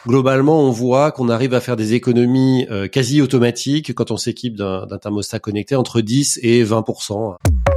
Globalement, on voit qu'on arrive à faire des économies quasi automatiques quand on s'équipe d'un thermostat connecté entre 10 et 20%.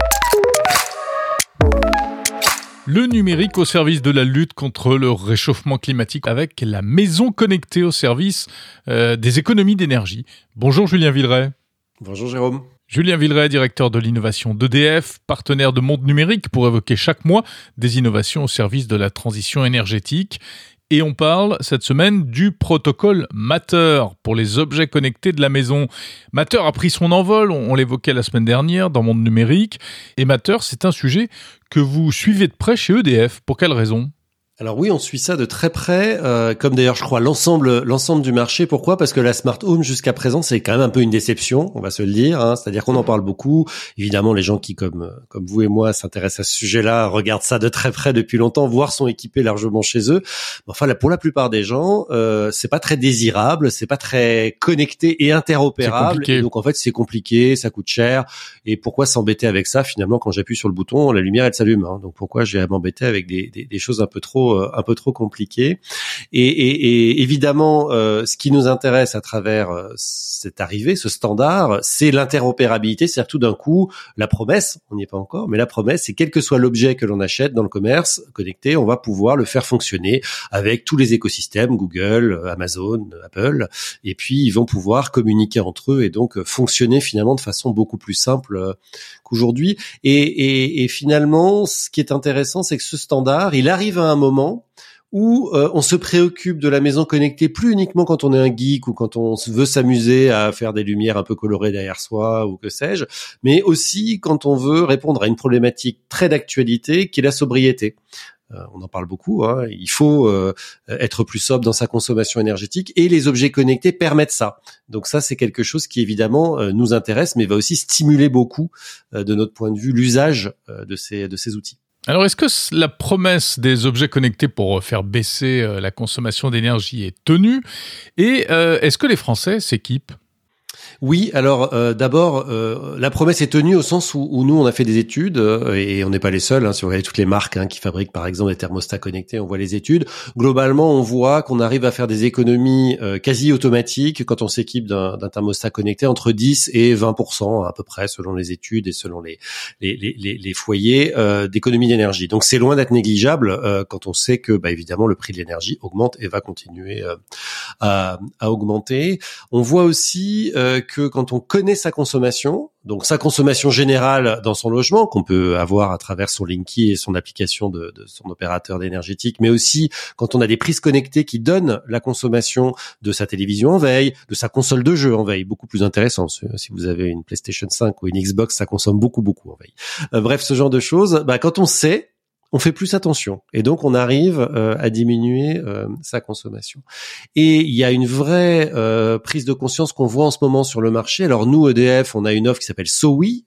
Le numérique au service de la lutte contre le réchauffement climatique avec la maison connectée au service des économies d'énergie. Bonjour Julien Villeray. Bonjour Jérôme. Julien Villeray, directeur de l'innovation d'EDF, partenaire de Monde Numérique pour évoquer chaque mois des innovations au service de la transition énergétique. Et on parle cette semaine du protocole Matter pour les objets connectés de la maison. Matter a pris son envol, on l'évoquait la semaine dernière dans Monde Numérique. Et Matter, c'est un sujet que vous suivez de près chez EDF. Pour quelle raison ? Alors oui, on suit ça de très près, comme d'ailleurs je crois l'ensemble du marché. Pourquoi ? Parce que la smart home jusqu'à présent c'est quand même un peu une déception, on va se le dire. C'est-à-dire qu'on en parle beaucoup. Évidemment, les gens qui comme vous et moi s'intéressent à ce sujet-là regardent ça de très près depuis longtemps, voire sont équipés largement chez eux. Enfin, là, pour la plupart des gens, c'est pas très désirable, c'est pas très connecté et interopérable. Et donc en fait, c'est compliqué, ça coûte cher. Et pourquoi s'embêter avec ça ? Finalement, quand j'appuie sur le bouton, la lumière elle s'allume. Donc pourquoi j'ai à m'embêter avec des choses un peu trop compliqué. Et évidemment, ce qui nous intéresse à travers cette arrivée, ce standard, c'est l'interopérabilité. C'est-à-dire tout d'un coup, la promesse, on n'y est pas encore, mais la promesse, c'est quel que soit l'objet que l'on achète dans le commerce connecté, on va pouvoir le faire fonctionner avec tous les écosystèmes, Google, Amazon, Apple, et puis ils vont pouvoir communiquer entre eux et donc fonctionner finalement de façon beaucoup plus simple qu'aujourd'hui. Et finalement, ce qui est intéressant, c'est que ce standard, il arrive à un moment où on se préoccupe de la maison connectée plus uniquement quand on est un geek ou quand on veut s'amuser à faire des lumières un peu colorées derrière soi ou que sais-je, mais aussi quand on veut répondre à une problématique très d'actualité qui est la sobriété. On en parle beaucoup, il faut être plus sobre dans sa consommation énergétique et les objets connectés permettent ça. Donc ça, c'est quelque chose qui évidemment nous intéresse, mais va aussi stimuler beaucoup, de notre point de vue, l'usage de ces outils. Alors, est-ce que la promesse des objets connectés pour faire baisser la consommation d'énergie est tenue ? Et est-ce que les Français s'équipent ? Oui, alors d'abord, la promesse est tenue au sens où nous, on a fait des études, et on n'est pas les seuls. Si on regarde toutes les marques qui fabriquent par exemple des thermostats connectés, on voit les études. Globalement, on voit qu'on arrive à faire des économies quasi automatiques quand on s'équipe d'un thermostat connecté entre 10 et 20% à peu près, selon les études et selon les foyers d'économie d'énergie. Donc c'est loin d'être négligeable quand on sait que évidemment le prix de l'énergie augmente et va continuer à augmenter. On voit aussi que quand on connaît sa consommation, donc sa consommation générale dans son logement, qu'on peut avoir à travers son Linky et son application de son opérateur énergétique, mais aussi quand on a des prises connectées qui donnent la consommation de sa télévision en veille, de sa console de jeu en veille, beaucoup plus intéressant. Si vous avez une PlayStation 5 ou une Xbox, ça consomme beaucoup en veille. Bref, ce genre de choses, quand on sait, on fait plus attention et donc on arrive à diminuer sa consommation. Et il y a une vraie prise de conscience qu'on voit en ce moment sur le marché. Alors nous, EDF, on a une offre qui s'appelle SOWI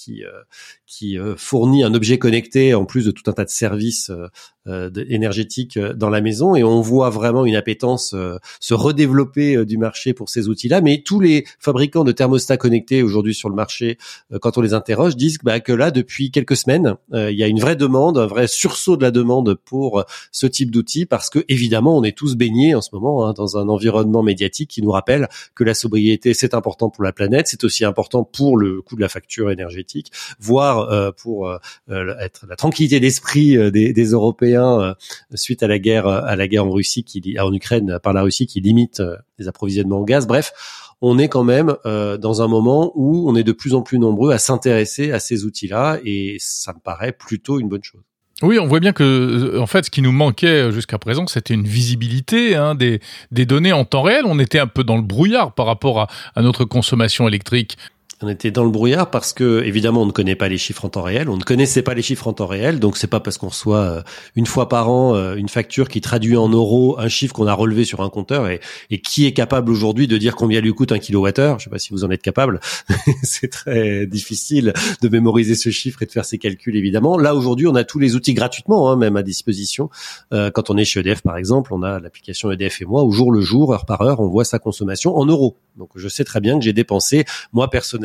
qui fournit un objet connecté en plus de tout un tas de services énergétiques dans la maison, et on voit vraiment une appétence se redévelopper du marché pour ces outils-là. Mais tous les fabricants de thermostats connectés aujourd'hui sur le marché, quand on les interroge, disent que là, depuis quelques semaines, il y a une vraie demande, un vrai sursaut de la demande pour ce type d'outils, parce que évidemment, on est tous baignés en ce moment dans un environnement médiatique qui nous rappelle que la sobriété, c'est important pour la planète, c'est aussi important pour le coût de la facture énergétique, voire pour être la tranquillité d'esprit des Européens suite à la guerre en Russie, en Ukraine par la Russie, qui limite les approvisionnements en gaz. Bref, on est quand même dans un moment où on est de plus en plus nombreux à s'intéresser à ces outils-là, et ça me paraît plutôt une bonne chose. Oui, on voit bien que, en fait, ce qui nous manquait jusqu'à présent, c'était une visibilité des données en temps réel. On était un peu dans le brouillard par rapport à notre consommation électrique. On était dans le brouillard parce que, évidemment, on ne connaît pas les chiffres en temps réel. On ne connaissait pas les chiffres en temps réel. Donc, c'est pas parce qu'on reçoit une fois par an une facture qui traduit en euros un chiffre qu'on a relevé sur un compteur. Et qui est capable aujourd'hui de dire combien lui coûte un kilowattheure? Je sais pas si vous en êtes capable. C'est très difficile de mémoriser ce chiffre et de faire ces calculs, évidemment. Là, aujourd'hui, on a tous les outils gratuitement, même à disposition. Quand on est chez EDF, par exemple, on a l'application EDF et moi, au jour le jour, heure par heure, on voit sa consommation en euros. Donc, je sais très bien que j'ai dépensé, moi, personnellement,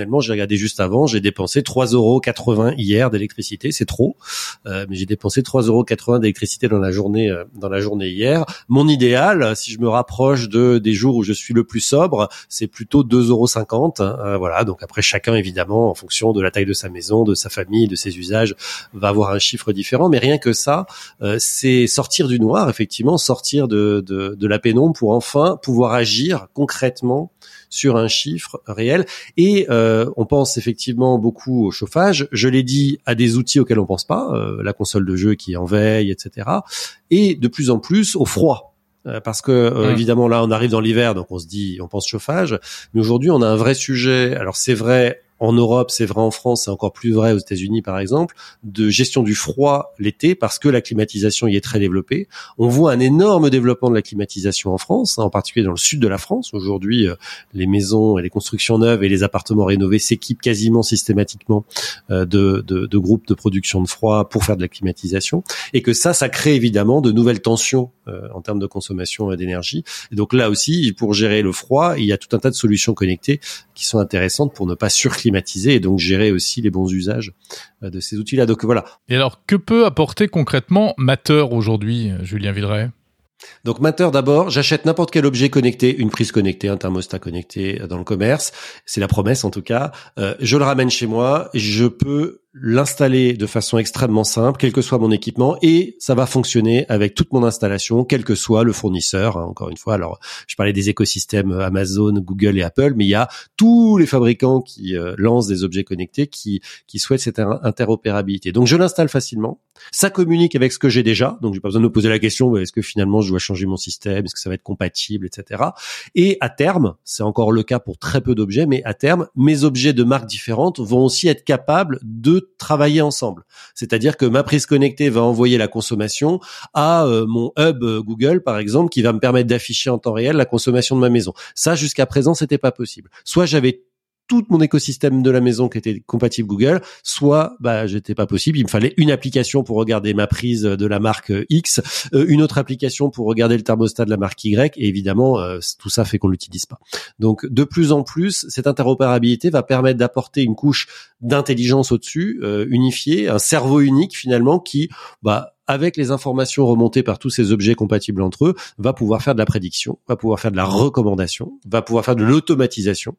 personnellement, j'ai regardé juste avant, j'ai dépensé 3,80 € hier d'électricité, c'est trop, mais j'ai dépensé 3,80 € d'électricité dans la journée hier. Mon idéal, si je me rapproche des jours où je suis le plus sobre, c'est plutôt 2,50 €. Voilà, donc après chacun évidemment, en fonction de la taille de sa maison, de sa famille, de ses usages, va avoir un chiffre différent. Mais rien que ça, c'est sortir du noir, effectivement, sortir de la pénombre pour enfin pouvoir agir concrètement sur un chiffre réel. Et on pense effectivement beaucoup au chauffage. Je l'ai dit, à des outils auxquels on pense pas, la console de jeu qui est en veille, etc. Et de plus en plus au froid. Parce que évidemment là on arrive dans l'hiver, donc on pense chauffage. Mais aujourd'hui on a un vrai sujet. Alors c'est vrai en Europe, c'est vrai en France, c'est encore plus vrai aux États-Unis par exemple, de gestion du froid l'été parce que la climatisation y est très développée. On voit un énorme développement de la climatisation en France, en particulier dans le sud de la France. Aujourd'hui, les maisons et les constructions neuves et les appartements rénovés s'équipent quasiment systématiquement de groupes de production de froid pour faire de la climatisation, et que ça crée évidemment de nouvelles tensions en termes de consommation d'énergie. Et donc là aussi, pour gérer le froid, il y a tout un tas de solutions connectées qui sont intéressantes pour ne pas surclimatiser et donc gérer aussi les bons usages de ces outils-là. Donc voilà. Et alors, que peut apporter concrètement Matter aujourd'hui, Julien Villeray ? Donc Matter, d'abord, j'achète n'importe quel objet connecté, une prise connectée, un thermostat connecté dans le commerce. C'est la promesse en tout cas. Je le ramène chez moi, je peux l'installer de façon extrêmement simple, quel que soit mon équipement, et ça va fonctionner avec toute mon installation, quel que soit le fournisseur. Encore une fois, alors je parlais des écosystèmes Amazon, Google et Apple, mais il y a tous les fabricants qui lancent des objets connectés qui souhaitent cette interopérabilité. Donc je l'installe facilement, ça communique avec ce que j'ai déjà, donc j'ai pas besoin de me poser la question est-ce que finalement je dois changer mon système, est-ce que ça va être compatible, etc. Et à terme, c'est encore le cas pour très peu d'objets, mais à terme, mes objets de marques différentes vont aussi être capables de travailler ensemble. C'est-à-dire que ma prise connectée va envoyer la consommation à mon hub Google, par exemple, qui va me permettre d'afficher en temps réel la consommation de ma maison. Ça, jusqu'à présent, c'était pas possible. Soit j'avais tout mon écosystème de la maison qui était compatible Google, soit j'étais pas possible, il me fallait une application pour regarder ma prise de la marque X, une autre application pour regarder le thermostat de la marque Y, et évidemment tout ça fait qu'on l'utilise pas. Donc de plus en plus, cette interopérabilité va permettre d'apporter une couche d'intelligence au-dessus, unifiée, un cerveau unique finalement qui avec les informations remontées par tous ces objets compatibles entre eux, va pouvoir faire de la prédiction, va pouvoir faire de la recommandation, va pouvoir faire de l'automatisation.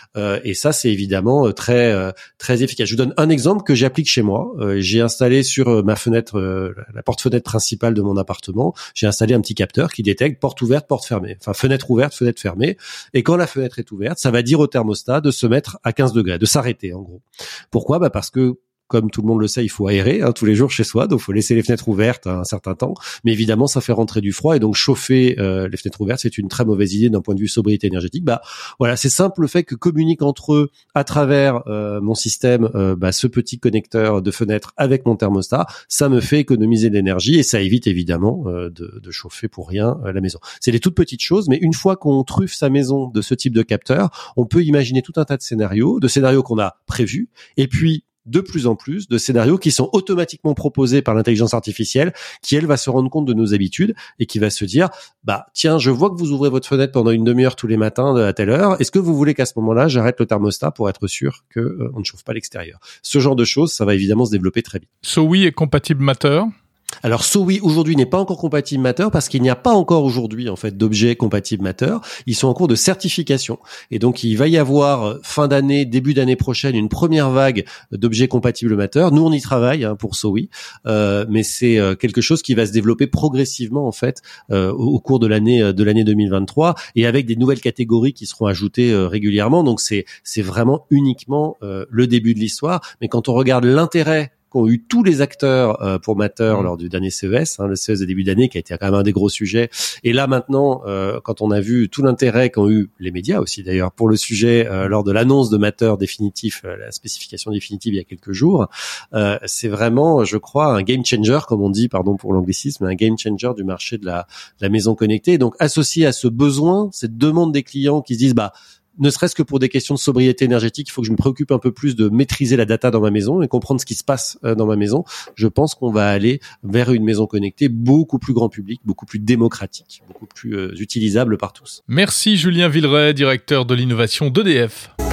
Et ça, c'est évidemment très très efficace. Je vous donne un exemple que j'applique chez moi. J'ai installé sur ma fenêtre, la porte-fenêtre principale de mon appartement, j'ai installé un petit capteur qui détecte porte ouverte, porte fermée. Enfin, fenêtre ouverte, fenêtre fermée. Et quand la fenêtre est ouverte, ça va dire au thermostat de se mettre à 15 degrés, de s'arrêter en gros. Pourquoi ? Parce que comme tout le monde le sait, il faut aérer tous les jours chez soi, donc il faut laisser les fenêtres ouvertes un certain temps. Mais évidemment, ça fait rentrer du froid et donc chauffer les fenêtres ouvertes, c'est une très mauvaise idée d'un point de vue sobriété énergétique. Voilà, c'est simple le fait que communiquent entre eux à travers mon système ce petit connecteur de fenêtre avec mon thermostat, ça me fait économiser de l'énergie et ça évite évidemment de chauffer pour rien la maison. C'est des toutes petites choses, mais une fois qu'on truffe sa maison de ce type de capteur, on peut imaginer tout un tas de scénarios qu'on a prévus, et puis de plus en plus de scénarios qui sont automatiquement proposés par l'intelligence artificielle, qui elle va se rendre compte de nos habitudes et qui va se dire tiens, je vois que vous ouvrez votre fenêtre pendant une demi-heure tous les matins à telle heure, est-ce que vous voulez qu'à ce moment-là j'arrête le thermostat pour être sûr que on ne chauffe pas l'extérieur? Ce genre de choses, ça va évidemment se développer très vite. SOWI est compatible Matter? Alors SOWI aujourd'hui n'est pas encore compatible Matter parce qu'il n'y a pas encore aujourd'hui en fait d'objets compatibles Matter. Ils sont en cours de certification et donc il va y avoir fin d'année, début d'année prochaine une première vague d'objets compatibles Matter. Nous on y travaille pour SOWI, mais c'est quelque chose qui va se développer progressivement en fait au cours de l'année 2023 et avec des nouvelles catégories qui seront ajoutées régulièrement. Donc c'est vraiment uniquement le début de l'histoire. Mais quand on regarde l'intérêt qu'ont eu tous les acteurs pour Matter lors du dernier CES, le CES de début d'année qui a été quand même un des gros sujets. Et là maintenant, quand on a vu tout l'intérêt qu'ont eu les médias aussi d'ailleurs pour le sujet lors de l'annonce de Matter définitif, la spécification définitive il y a quelques jours, c'est vraiment, je crois, un game changer, comme on dit, pardon pour l'anglicisme, un game changer du marché de la maison connectée. Et donc associé à ce besoin, cette demande des clients qui se disent ne serait-ce que pour des questions de sobriété énergétique, il faut que je me préoccupe un peu plus de maîtriser la data dans ma maison et comprendre ce qui se passe dans ma maison. Je pense qu'on va aller vers une maison connectée beaucoup plus grand public, beaucoup plus démocratique, beaucoup plus utilisable par tous. Merci Julien Villeray, directeur de l'innovation d'EDF.